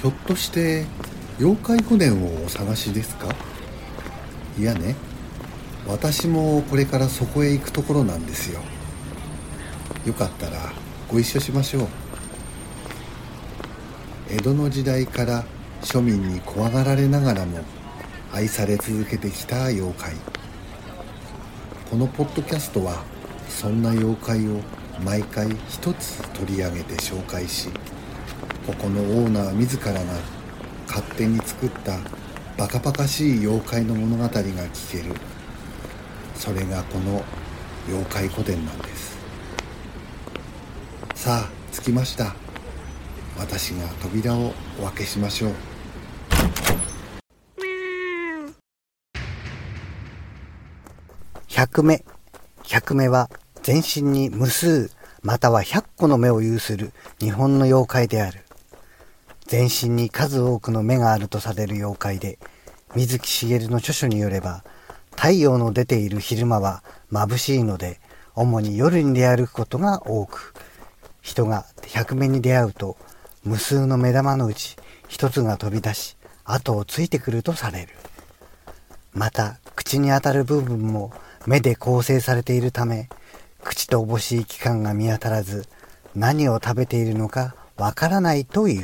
ひょっとして妖怪御殿をお探しですか？いやね、私もこれからそこへ行くところなんですよ。よかったらご一緒しましょう。江戸の時代から庶民に怖がられながらも愛され続けてきた妖怪。このポッドキャストはそんな妖怪を毎回一つ取り上げて紹介し、ここのオーナー自らが勝手に作ったバカバカしい妖怪の物語が聞ける。それがこの妖怪古典なんです。さあ着きました。私が扉をお開けしましょう。 百目。百目は全身に無数または100個の目を有する日本の妖怪である。全身に数多くの目があるとされる妖怪で、水木しげるの著書によれば、太陽の出ている昼間は眩しいので、主に夜に出歩くことが多く、人が百目に出会うと、無数の目玉のうち一つが飛び出し、後をついてくるとされる。また、口に当たる部分も目で構成されているため、口とおぼしい器官が見当たらず、何を食べているのかわからないという。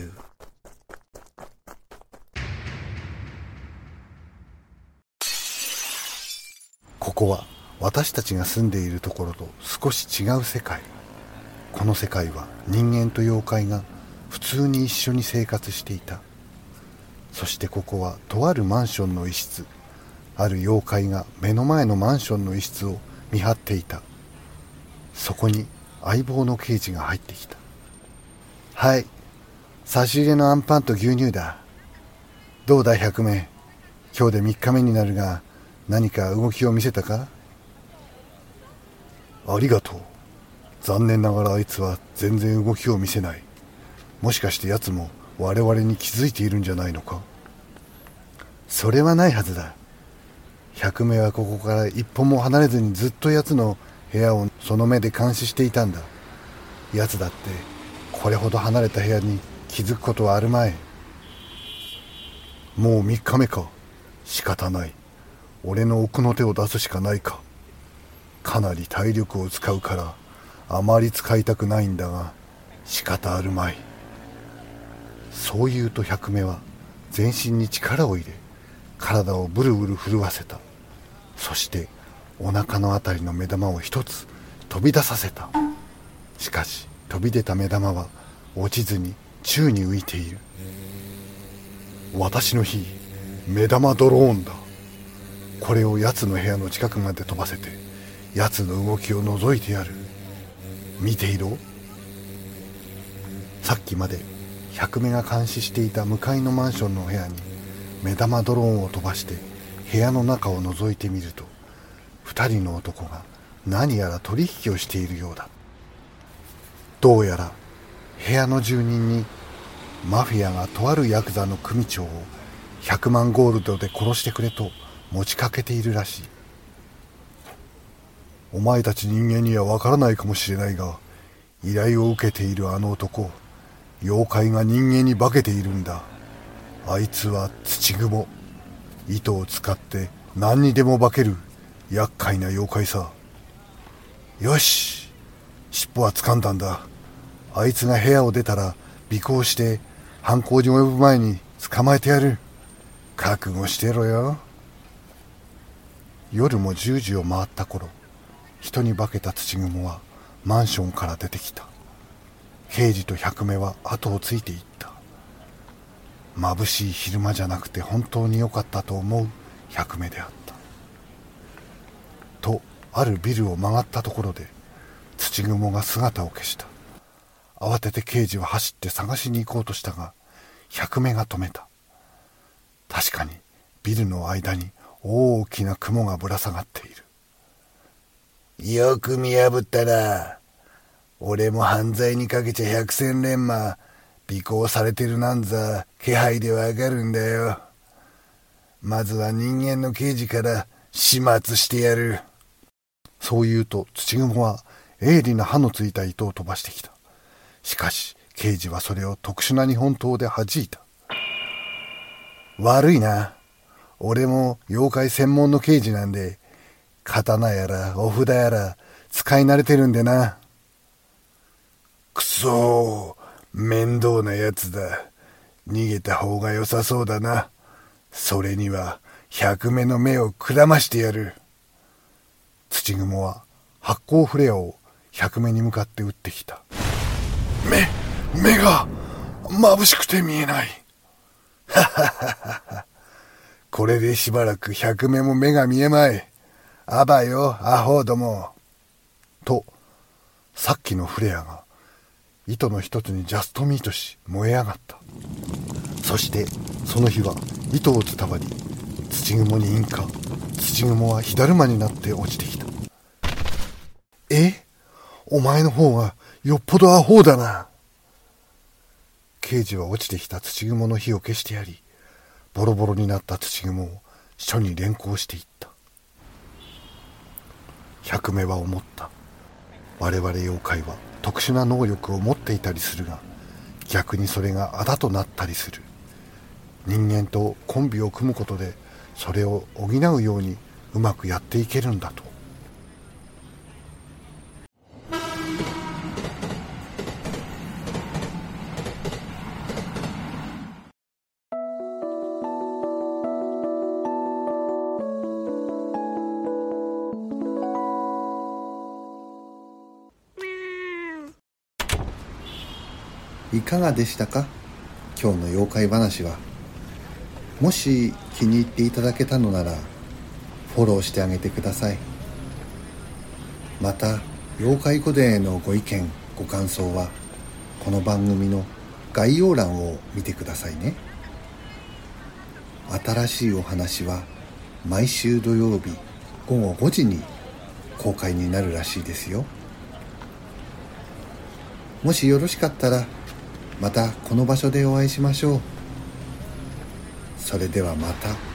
ここは私たちが住んでいるところと少し違う世界。この世界は人間と妖怪が普通に一緒に生活していた。そしてここはとあるマンションの一室。ある妖怪が目の前のマンションの一室を見張っていた。そこに相棒の刑事が入ってきた。はい、差し入れのアンパンと牛乳だ。どうだ百名、今日で3日目になるが何か動きを見せたか？ありがとう。残念ながらあいつは全然動きを見せない。もしかして奴も我々に気づいているんじゃないのか？それはないはずだ。百名はここから一歩も離れずにずっと奴の部屋をその目で監視していたんだ。奴だってこれほど離れた部屋に気づくことはあるまい。もう3日目か。仕方ない。俺の奥の手を出すしかないか。かなり体力を使うからあまり使いたくないんだが仕方あるまい。そう言うと百目は全身に力を入れ体をブルブル震わせた。そしてお腹のあたりの目玉を一つ飛び出させた。しかし飛び出た目玉は落ちずに宙に浮いている。私の火、目玉ドローンだ。これを奴の部屋の近くまで飛ばせて奴の動きを覗いてやる。見ていろ。さっきまで百目が監視していた向かいのマンションの部屋に目玉ドローンを飛ばして部屋の中を覗いてみると、二人の男が何やら取引をしているようだ。どうやら部屋の住人にマフィアがとあるヤクザの組長を100万ゴールドで殺してくれと持ちかけているらしい。お前たち人間にはわからないかもしれないが、依頼を受けているあの男、妖怪が人間に化けているんだ。あいつは土蜘蛛。糸を使って何にでも化ける厄介な妖怪さ。よし、尻尾は掴んだんだ。あいつが部屋を出たら尾行して犯行に及ぶ前に捕まえてやる。覚悟してろよ。夜も10時を回った頃、人に化けた土蜘蛛はマンションから出てきた。刑事と百目は後をついていった。眩しい昼間じゃなくて本当に良かったと思う百目であった。とあるビルを曲がったところで土蜘蛛が姿を消した。慌てて刑事は走って探しに行こうとしたが、百目が止めた。確かにビルの間に大きな雲がぶら下がっている。よく見破ったな。俺も犯罪にかけちゃ百戦錬磨、尾行されてるなんざ気配でわかるんだよ。まずは人間の刑事から始末してやる。そう言うと土蜘蛛は鋭利な刃のついた糸を飛ばしてきた。しかし刑事はそれを特殊な日本刀で弾いた。 悪いな。俺も妖怪専門の刑事なんで、刀やらお札やら使い慣れてるんでな。くそー、面倒なやつだ。逃げた方が良さそうだな。それには百目の目をくらましてやる。土雲は発光フレアを百目に向かって撃ってきた。目が眩しくて見えない。はははは。これでしばらく百目も目が見えまい。あばよ、アホども。と、さっきのフレアが糸の一つにジャストミートし燃え上がった。そしてその火は糸を伝わり、土雲に引火。土雲は火だるまになって落ちてきた。お前の方がよっぽどアホだな。刑事は落ちてきた土雲の火を消してやり、ボロボロになった土雲を署に連行していった。百目は思った。我々妖怪は特殊な能力を持っていたりするが、逆にそれがあだとなったりする。人間とコンビを組むことでそれを補うようにうまくやっていけるんだと。 いかがでしたか？今日の妖怪話は。もし気に入っていただけたのならフォローしてあげてください。また妖怪語伝へのご意見ご感想はこの番組の概要欄を見てくださいね。新しいお話は毎週土曜日午後5時に公開になるらしいですよ。もしよろしかったらまたこの場所でお会いしましょう。それではまた。